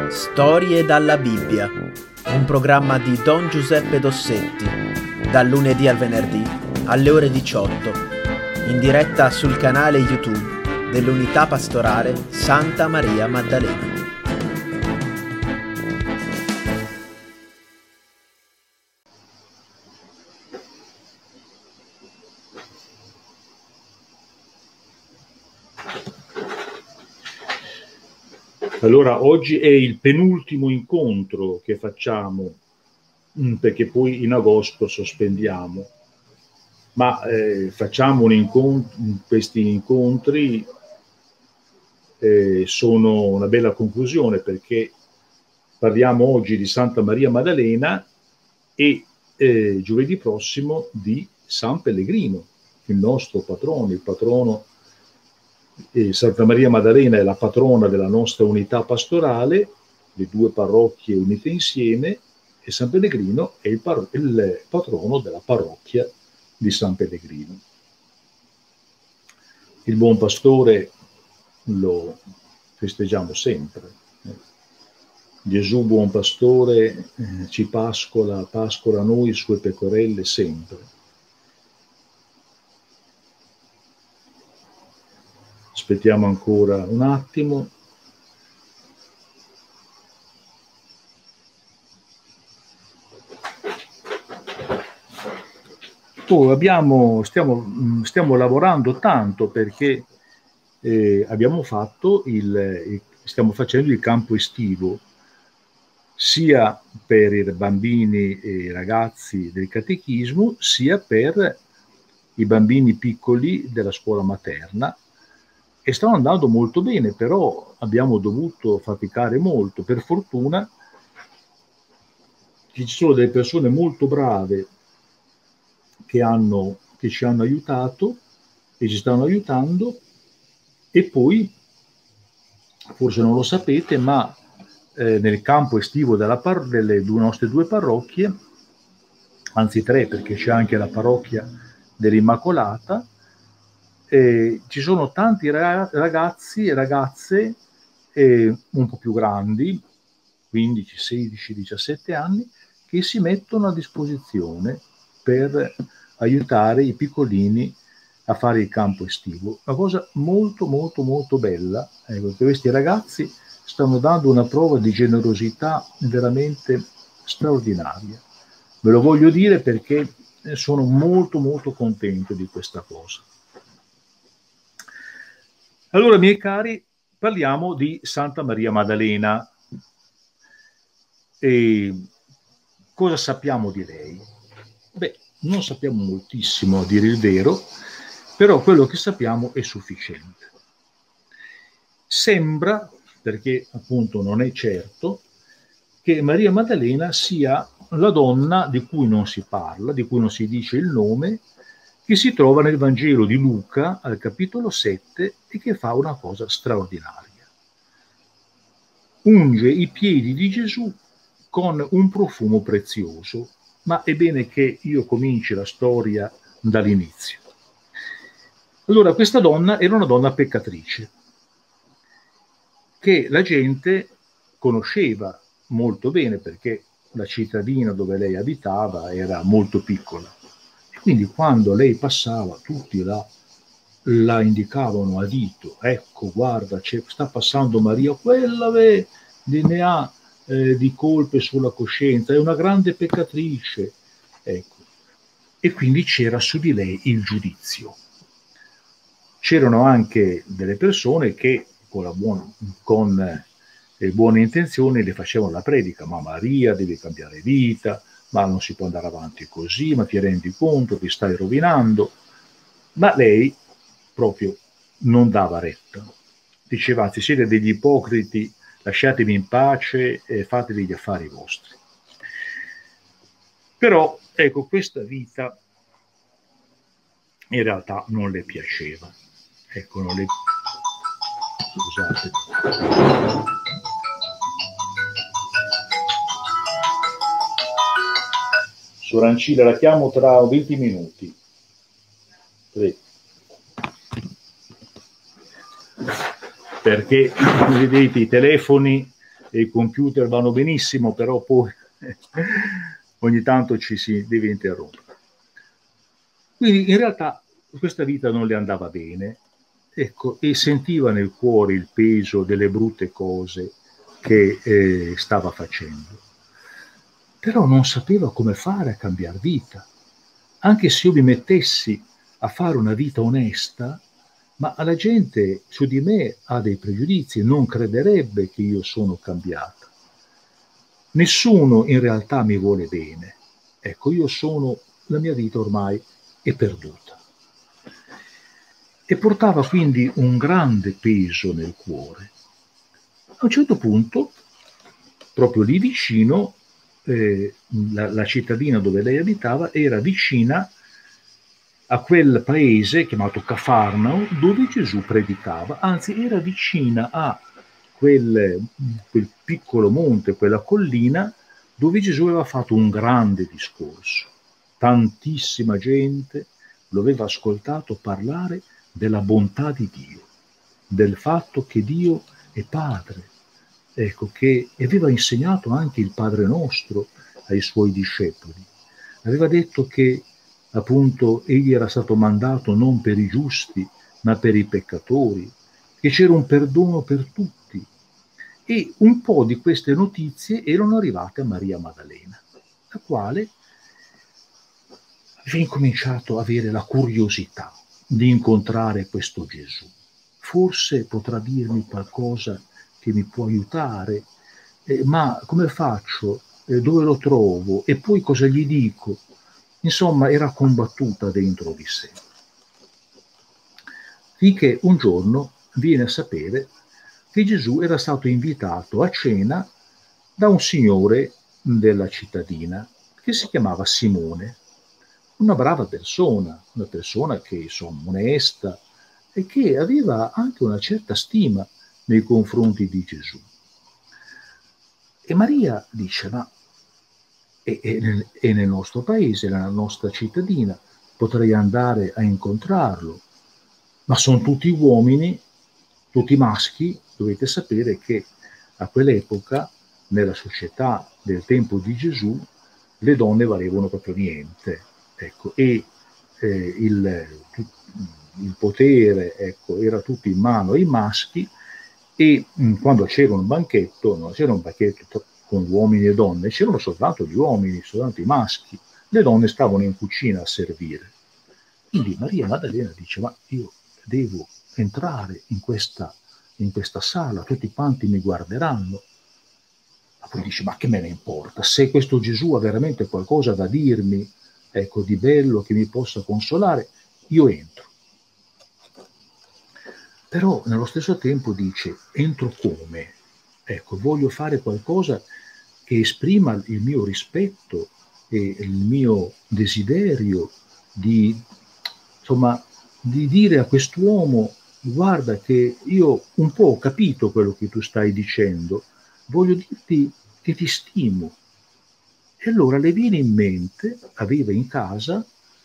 Storie dalla Bibbia, un programma di Don Giuseppe Dossetti, dal lunedì al venerdì alle ore 18, in diretta sul canale YouTube dell'Unità Pastorale Santa Maria Maddalena. Allora, oggi è il penultimo incontro che facciamo, perché poi in agosto sospendiamo, ma facciamo questi incontri sono una bella conclusione, perché parliamo oggi di Santa Maria Maddalena e giovedì prossimo di San Pellegrino, il nostro patrono, il patrono. Santa Maria Maddalena è la patrona della nostra unità pastorale, le due parrocchie unite insieme, e San Pellegrino è il patrono della parrocchia di San Pellegrino. Il buon pastore lo festeggiamo sempre. Gesù buon pastore ci pascola noi, le sue pecorelle sempre. Aspettiamo ancora un attimo. Poi stiamo lavorando tanto, perché stiamo facendo il campo estivo, sia per i bambini e ragazzi del catechismo, sia per i bambini piccoli della scuola materna. E stanno andando molto bene, però abbiamo dovuto faticare molto. Per fortuna ci sono delle persone molto brave che ci hanno aiutato e ci stanno aiutando. E poi, forse non lo sapete, ma nel campo estivo delle nostre due parrocchie, anzi tre, perché c'è anche la parrocchia dell'Immacolata, ci sono tanti ragazzi e ragazze un po' più grandi, 15, 16, 17 anni, che si mettono a disposizione per aiutare i piccolini a fare il campo estivo. Una cosa molto molto molto bella, perché questi ragazzi stanno dando una prova di generosità veramente straordinaria. Ve lo voglio dire perché sono molto molto contento di questa cosa. Allora, miei cari, parliamo di Santa Maria Maddalena. E cosa sappiamo di lei? Beh, non sappiamo moltissimo, a dire il vero, però quello che sappiamo è sufficiente. Sembra, perché appunto non è certo, che Maria Maddalena sia la donna di cui non si parla, di cui non si dice il nome, che si trova nel Vangelo di Luca al capitolo 7 e che fa una cosa straordinaria. Unge i piedi di Gesù con un profumo prezioso, ma è bene che io cominci la storia dall'inizio. Allora, questa donna era una donna peccatrice, che la gente conosceva molto bene, perché la cittadina dove lei abitava era molto piccola. Quindi quando lei passava, tutti la indicavano a dito: ecco, guarda, sta passando Maria, quella ne ha di colpe sulla coscienza, è una grande peccatrice. Ecco. E quindi c'era su di lei il giudizio. C'erano anche delle persone che con le buone intenzioni le facevano la predica: ma Maria, devi cambiare vita, ma non si può andare avanti così, ma ti rendi conto, ti stai rovinando. Ma lei proprio non dava retta. Diceva: anzi, siete degli ipocriti, lasciatemi in pace e fatevi gli affari vostri. Però, ecco, questa vita in realtà non le piaceva. Ecco, Scusate. Sorancina, la chiamo tra 20 minuti. Prego. Perché, vedete, i telefoni e i computer vanno benissimo, però poi ogni tanto ci si deve interrompere. Quindi in realtà questa vita non le andava bene, ecco, e sentiva nel cuore il peso delle brutte cose che stava facendo. Però non sapeva come fare a cambiare vita. Anche se io mi mettessi a fare una vita onesta, ma la gente su di me ha dei pregiudizi, non crederebbe che io sono cambiata. Nessuno in realtà mi vuole bene. Ecco, la mia vita ormai è perduta. E portava quindi un grande peso nel cuore. A un certo punto, proprio lì vicino, la cittadina dove lei abitava era vicina a quel paese chiamato Cafarnao, dove Gesù predicava, anzi era vicina a quel piccolo monte, quella collina, dove Gesù aveva fatto un grande discorso. Tantissima gente lo aveva ascoltato parlare della bontà di Dio, del fatto che Dio è Padre, ecco, che aveva insegnato anche il Padre Nostro ai suoi discepoli. Aveva detto che appunto egli era stato mandato non per i giusti, ma per i peccatori, che c'era un perdono per tutti. E un po' di queste notizie erano arrivate a Maria Maddalena, la quale aveva incominciato ad avere la curiosità di incontrare questo Gesù. Forse potrà dirmi qualcosa che mi può aiutare, ma come faccio? Dove lo trovo? E poi cosa gli dico? Insomma, era combattuta dentro di sé. Finché un giorno viene a sapere che Gesù era stato invitato a cena da un signore della cittadina che si chiamava Simone, una brava persona, una persona che insomma onesta e che aveva anche una certa stima nei confronti di Gesù. E Maria dice, ma è nel nostro paese, nella nostra cittadina, potrei andare a incontrarlo, ma sono tutti uomini, tutti maschi. Dovete sapere che a quell'epoca, nella società del tempo di Gesù, le donne valevano proprio niente, ecco, e il potere, ecco, era tutto in mano ai maschi, e quando c'era un banchetto, non c'era un banchetto con uomini e donne, c'erano soltanto gli uomini, soltanto i maschi, le donne stavano in cucina a servire. Quindi Maria Maddalena dice, ma io devo entrare in questa sala, tutti quanti mi guarderanno. Ma poi dice, ma che me ne importa, se questo Gesù ha veramente qualcosa da dirmi, ecco, di bello, che mi possa consolare, io entro. Però nello stesso tempo dice, entro come? Ecco, voglio fare qualcosa che esprima il mio rispetto e il mio desiderio di dire a quest'uomo, guarda che io un po' ho capito quello che tu stai dicendo, voglio dirti che ti stimo. E allora le viene in mente, aveva in casa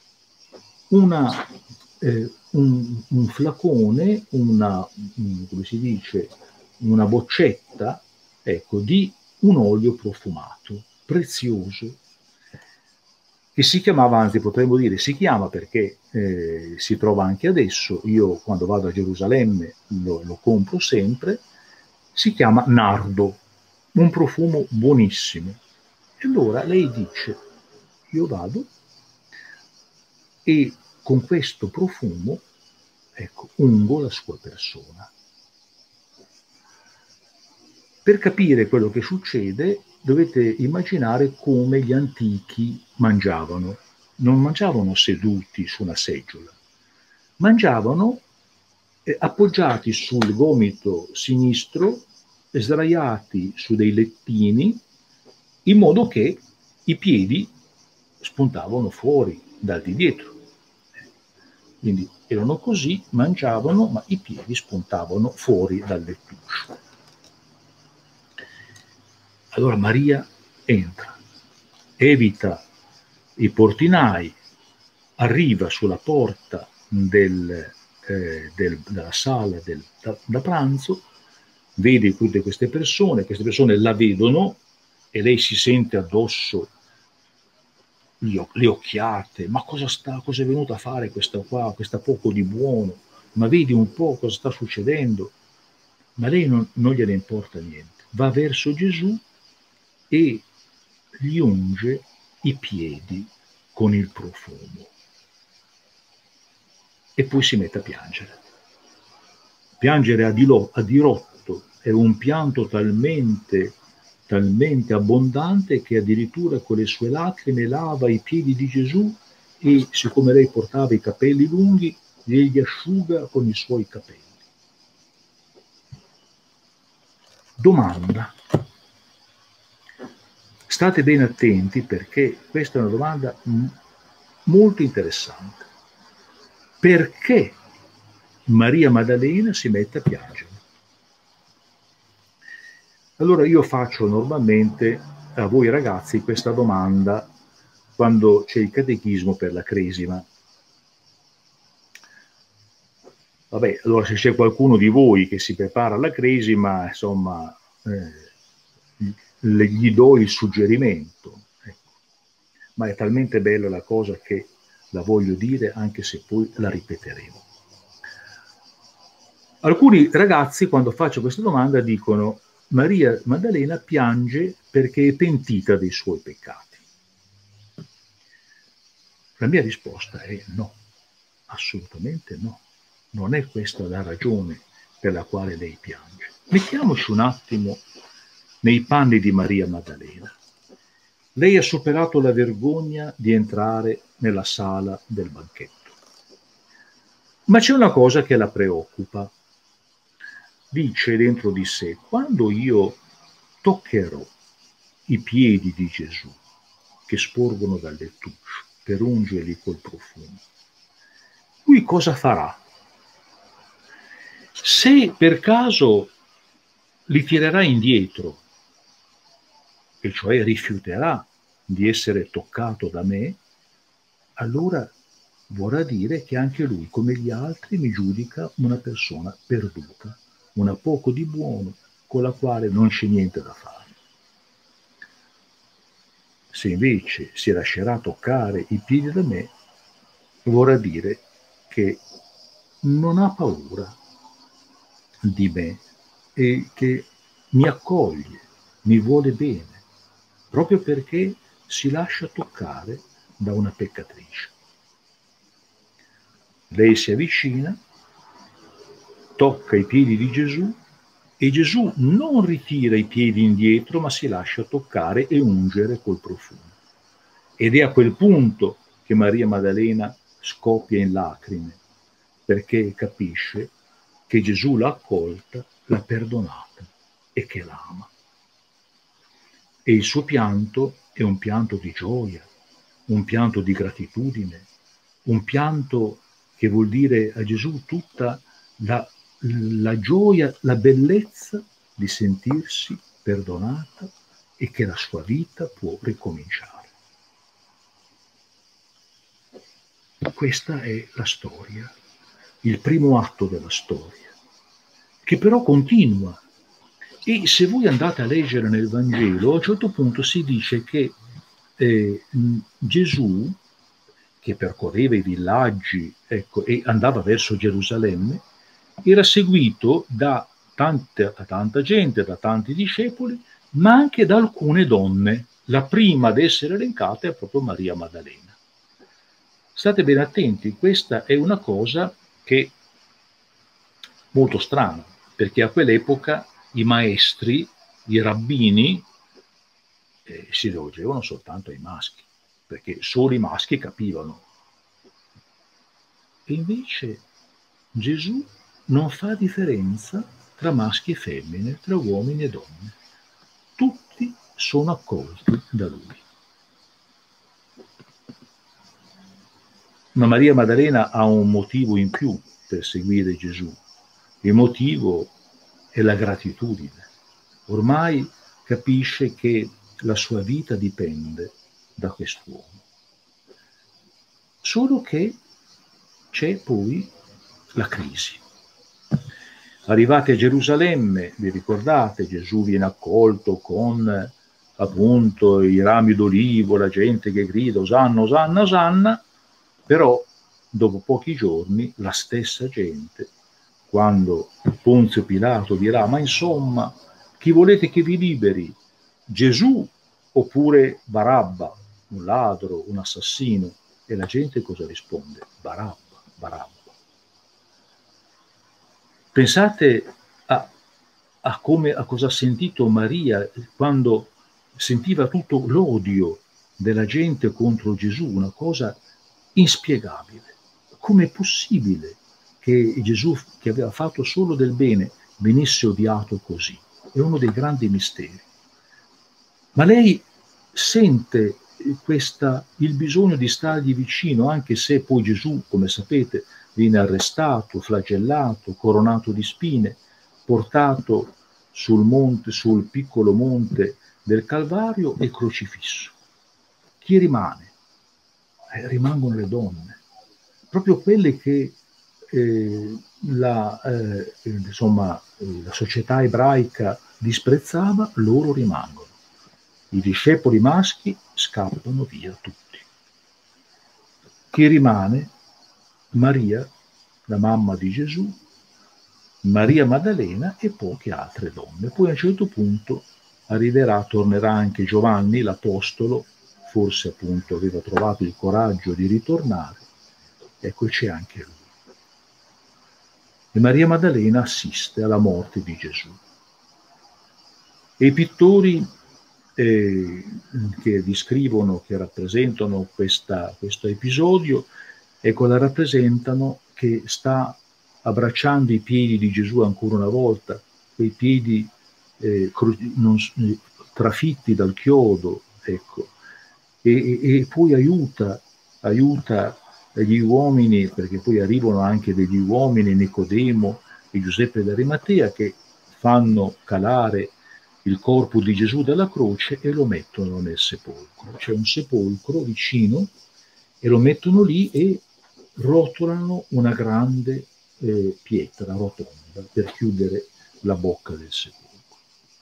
un flacone, come si dice, una boccetta, ecco, di un olio profumato, prezioso, che si chiamava, anzi potremmo dire si chiama perché si trova anche adesso, io quando vado a Gerusalemme lo compro sempre, si chiama nardo, un profumo buonissimo. E allora lei dice, io vado e con questo profumo, ecco, ungo la sua persona. Per capire quello che succede, dovete immaginare come gli antichi mangiavano. Non mangiavano seduti su una seggiola, mangiavano appoggiati sul gomito sinistro, sdraiati su dei lettini, in modo che i piedi spuntavano fuori dal di dietro. Quindi erano così, mangiavano, ma i piedi spuntavano fuori dal lettuccio. Allora Maria entra, evita i portinai, arriva sulla porta della sala da pranzo vede tutte queste persone la vedono e lei si sente addosso le occhiate, ma cosa è venuta a fare questa qua, questa poco di buono, ma vedi un po' cosa sta succedendo, ma lei non gliene importa niente, va verso Gesù e gli unge i piedi con il profumo e poi si mette a piangere. Piangere a dirotto è un pianto talmente abbondante che addirittura con le sue lacrime lava i piedi di Gesù e, siccome lei portava i capelli lunghi, li asciuga con i suoi capelli. Domanda. State bene attenti perché questa è una domanda molto interessante. Perché Maria Maddalena si mette a piangere? Allora io faccio normalmente a voi ragazzi questa domanda quando c'è il catechismo per la Cresima. Vabbè, allora se c'è qualcuno di voi che si prepara alla Cresima, insomma, gli do il suggerimento. Ecco. Ma è talmente bella la cosa che la voglio dire anche se poi la ripeteremo. Alcuni ragazzi quando faccio questa domanda dicono Maria Maddalena piange perché è pentita dei suoi peccati. La mia risposta è no, assolutamente no. Non è questa la ragione per la quale lei piange. Mettiamoci un attimo nei panni di Maria Maddalena. Lei ha superato la vergogna di entrare nella sala del banchetto. Ma c'è una cosa che la preoccupa. Dice dentro di sé, quando io toccherò i piedi di Gesù che sporgono dal lettuccio per ungerli col profumo, lui cosa farà? Se per caso li tirerà indietro, e cioè rifiuterà di essere toccato da me, allora vorrà dire che anche lui, come gli altri, mi giudica una persona perduta, una poco di buono, con la quale non c'è niente da fare. Se invece si lascerà toccare i piedi da me, vorrà dire che non ha paura di me e che mi accoglie, mi vuole bene, proprio perché si lascia toccare da una peccatrice. Lei si avvicina, tocca i piedi di Gesù e Gesù non ritira i piedi indietro, ma si lascia toccare e ungere col profumo. Ed è a quel punto che Maria Maddalena scoppia in lacrime, perché capisce che Gesù l'ha accolta, l'ha perdonata e che l'ama. E il suo pianto è un pianto di gioia, un pianto di gratitudine, un pianto che vuol dire a Gesù tutta la gioia, la bellezza di sentirsi perdonata e che la sua vita può ricominciare. Questa è la storia, il primo atto della storia, che però continua. E se voi andate a leggere nel Vangelo, a un certo punto si dice che Gesù, che percorreva i villaggi, ecco, e andava verso Gerusalemme, era seguito da tanta gente, da tanti discepoli, ma anche da alcune donne. La prima ad essere elencata è proprio Maria Maddalena. State ben attenti, questa è una cosa che è molto strana, perché a quell'epoca i maestri, i rabbini, si rivolgevano soltanto ai maschi, perché solo i maschi capivano. E invece Gesù non fa differenza tra maschi e femmine, tra uomini e donne. Tutti sono accolti da lui. Ma Maria Maddalena ha un motivo in più per seguire Gesù. Il motivo è la gratitudine. Ormai capisce che la sua vita dipende da quest'uomo. Solo che c'è poi la crisi. Arrivati a Gerusalemme, vi ricordate, Gesù viene accolto con appunto i rami d'olivo, la gente che grida Osanna, Osanna, Osanna, però dopo pochi giorni la stessa gente, quando Ponzio Pilato dirà ma insomma chi volete che vi liberi, Gesù oppure Barabba, un ladro, un assassino? E la gente cosa risponde? Barabba, Barabba. Pensate a cosa ha sentito Maria quando sentiva tutto l'odio della gente contro Gesù, una cosa inspiegabile. Com'è possibile che Gesù, che aveva fatto solo del bene, venisse odiato così? È uno dei grandi misteri. Ma lei sente il bisogno di stargli vicino, anche se poi Gesù, come sapete, viene arrestato, flagellato, coronato di spine, portato sul piccolo monte del Calvario e crocifisso. Chi rimane? Rimangono le donne, proprio quelle che la società ebraica disprezzava, loro rimangono. I discepoli maschi scappano via tutti. Chi rimane? Maria, la mamma di Gesù, Maria Maddalena e poche altre donne. Poi a un certo punto tornerà anche Giovanni, l'apostolo, forse appunto aveva trovato il coraggio di ritornare, ecco c'è anche lui. E Maria Maddalena assiste alla morte di Gesù. E i pittori che descrivono, che rappresentano questo episodio, ecco, la rappresentano che sta abbracciando i piedi di Gesù ancora una volta, quei piedi trafitti dal chiodo, ecco, e poi aiuta gli uomini, perché poi arrivano anche degli uomini, Nicodemo e Giuseppe d'Arimatea, che fanno calare il corpo di Gesù dalla croce e lo mettono nel sepolcro. C'è un sepolcro vicino e lo mettono lì e rotolano una grande pietra rotonda per chiudere la bocca del sepolcro.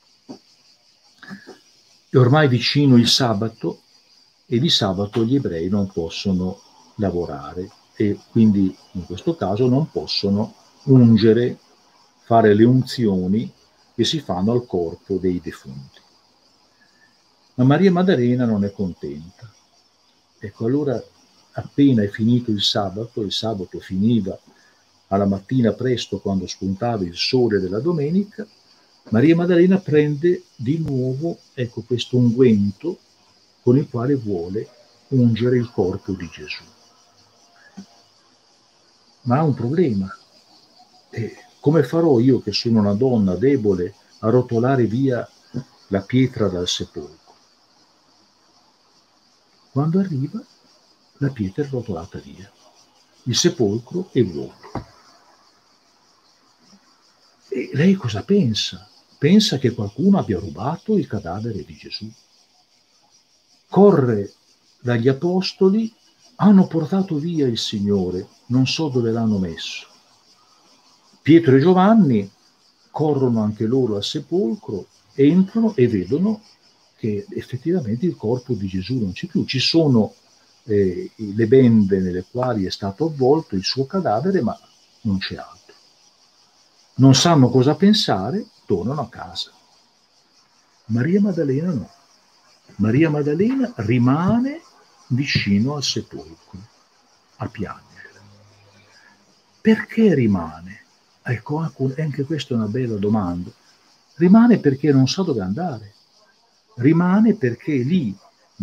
È ormai vicino il sabato e di sabato gli ebrei non possono lavorare e quindi in questo caso non possono ungere, fare le unzioni che si fanno al corpo dei defunti. Ma Maria Maddalena non è contenta. Ecco, allora appena è finito il sabato finiva alla mattina presto quando spuntava il sole della domenica, Maria Maddalena prende di nuovo, ecco, questo unguento con il quale vuole ungere il corpo di Gesù. Ma ha un problema. Come farò io, che sono una donna debole, a rotolare via la pietra dal sepolcro? Quando arriva, la pietra è rotolata via. Il sepolcro è vuoto. E lei cosa pensa? Pensa che qualcuno abbia rubato il cadavere di Gesù. Corre dagli apostoli, hanno portato via il Signore, non so dove l'hanno messo. Pietro e Giovanni corrono anche loro al sepolcro, entrano e vedono che effettivamente il corpo di Gesù non c'è più. Ci sono le bende nelle quali è stato avvolto il suo cadavere, ma non c'è altro. Non sanno cosa pensare, tornano a casa. Maria Maddalena no. Maria Maddalena rimane vicino al sepolcro a piangere. Perché rimane? Ecco, anche questa è una bella domanda. Rimane perché non sa dove andare. Rimane perché lì,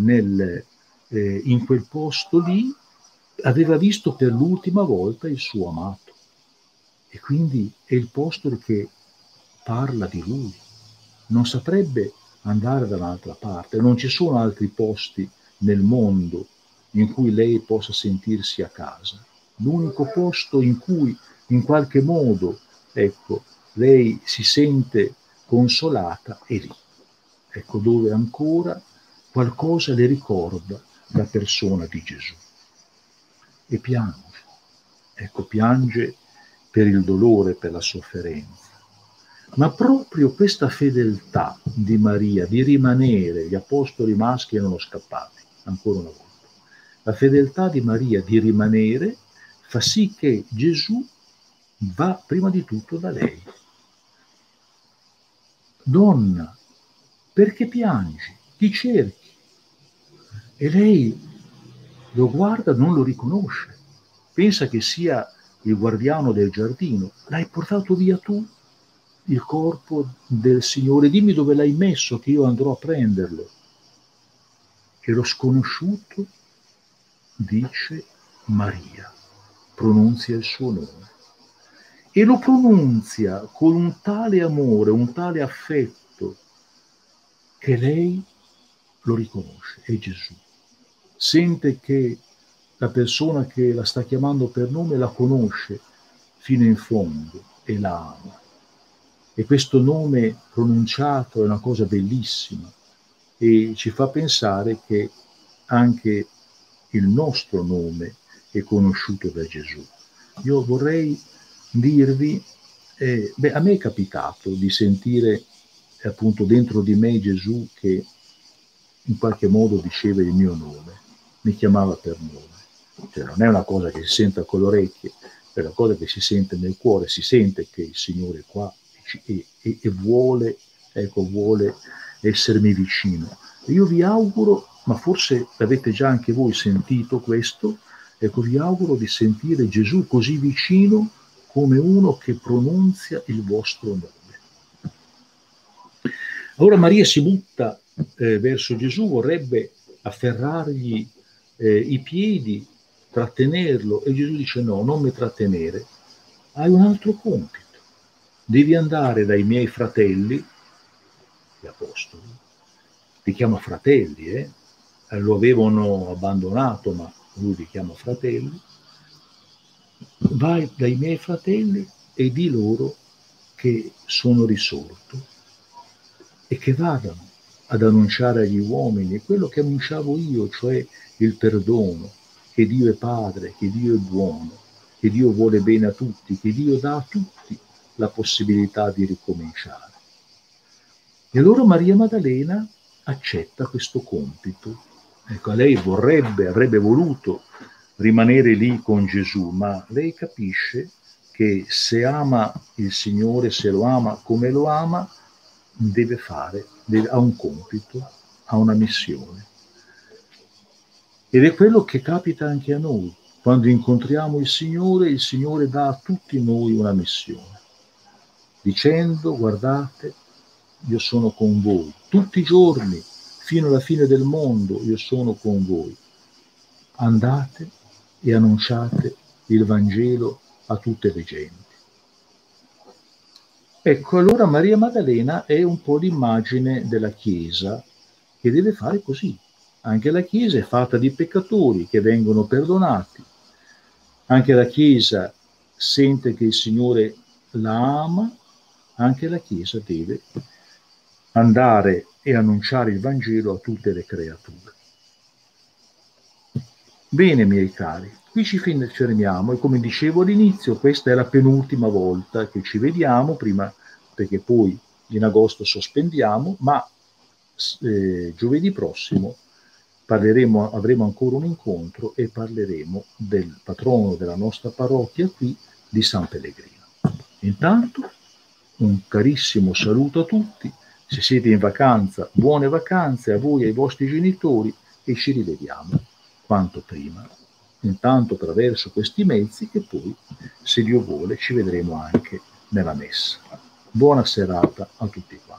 in quel posto lì, aveva visto per l'ultima volta il suo amato. E quindi è il posto che parla di lui. Non saprebbe andare da un'altra parte. Non ci sono altri posti nel mondo in cui lei possa sentirsi a casa. L'unico posto in cui in qualche modo, ecco, lei si sente consolata è lì. Ecco, dove ancora qualcosa le ricorda la persona di Gesù. E piange. Ecco, piange per il dolore, per la sofferenza. Ma proprio questa fedeltà di Maria, di rimanere, gli apostoli maschi erano scappati, ancora una volta. La fedeltà di Maria di rimanere fa sì che Gesù va prima di tutto da lei. Donna, perché piangi? Ti cerchi? E lei lo guarda, non lo riconosce. Pensa che sia il guardiano del giardino. L'hai portato via tu? Il corpo del Signore, dimmi dove l'hai messo che io andrò a prenderlo. E lo sconosciuto dice Maria, pronunzia il suo nome. E lo pronunzia con un tale amore, un tale affetto, che lei lo riconosce, è Gesù. Sente che la persona che la sta chiamando per nome la conosce fino in fondo e la ama. E questo nome pronunciato è una cosa bellissima e ci fa pensare che anche il nostro nome è conosciuto da Gesù. Io vorrei dirvi, a me è capitato di sentire appunto dentro di me Gesù che in qualche modo diceva il mio nome, mi chiamava per nome. Cioè non è una cosa che si sente con le orecchie, è una cosa che si sente nel cuore, si sente che il Signore è qua e vuole, ecco, vuole essermi vicino. E io vi auguro, ma forse l'avete già anche voi sentito questo, ecco, vi auguro di sentire Gesù così vicino come uno che pronunzia il vostro nome. Ora Maria si butta verso Gesù, vorrebbe afferrargli i piedi, trattenerlo, e Gesù dice no, non mi trattenere, hai un altro compito. Devi andare dai miei fratelli, gli apostoli, li chiama fratelli, lo avevano abbandonato, ma lui li chiama fratelli. Vai dai miei fratelli e di loro che sono risorto e che vadano ad annunciare agli uomini quello che annunciavo io, cioè il perdono, che Dio è Padre, che Dio è buono, che Dio vuole bene a tutti, che Dio dà a tutti la possibilità di ricominciare. E allora Maria Maddalena accetta questo compito. Ecco, lei avrebbe voluto rimanere lì con Gesù, ma lei capisce che se ama il Signore, se lo ama come lo ama, ha un compito, ha una missione. Ed è quello che capita anche a noi. Quando incontriamo il Signore dà a tutti noi una missione, dicendo guardate, io sono con voi, tutti i giorni, fino alla fine del mondo io sono con voi. Andate e annunciate il Vangelo a tutte le genti. Ecco, allora Maria Maddalena è un po' l'immagine della Chiesa che deve fare così. Anche la Chiesa è fatta di peccatori che vengono perdonati. Anche la Chiesa sente che il Signore la ama, anche la Chiesa deve andare e annunciare il Vangelo a tutte le creature. Bene, miei cari, qui ci fermiamo e come dicevo all'inizio, questa è la penultima volta che ci vediamo, prima perché poi in agosto sospendiamo, ma giovedì prossimo avremo ancora un incontro e parleremo del patrono della nostra parrocchia qui, di San Pellegrino. Intanto un carissimo saluto a tutti, se siete in vacanza, buone vacanze a voi e ai vostri genitori e ci rivediamo quanto prima, intanto attraverso questi mezzi e poi, se Dio vuole, ci vedremo anche nella messa. Buona serata a tutti.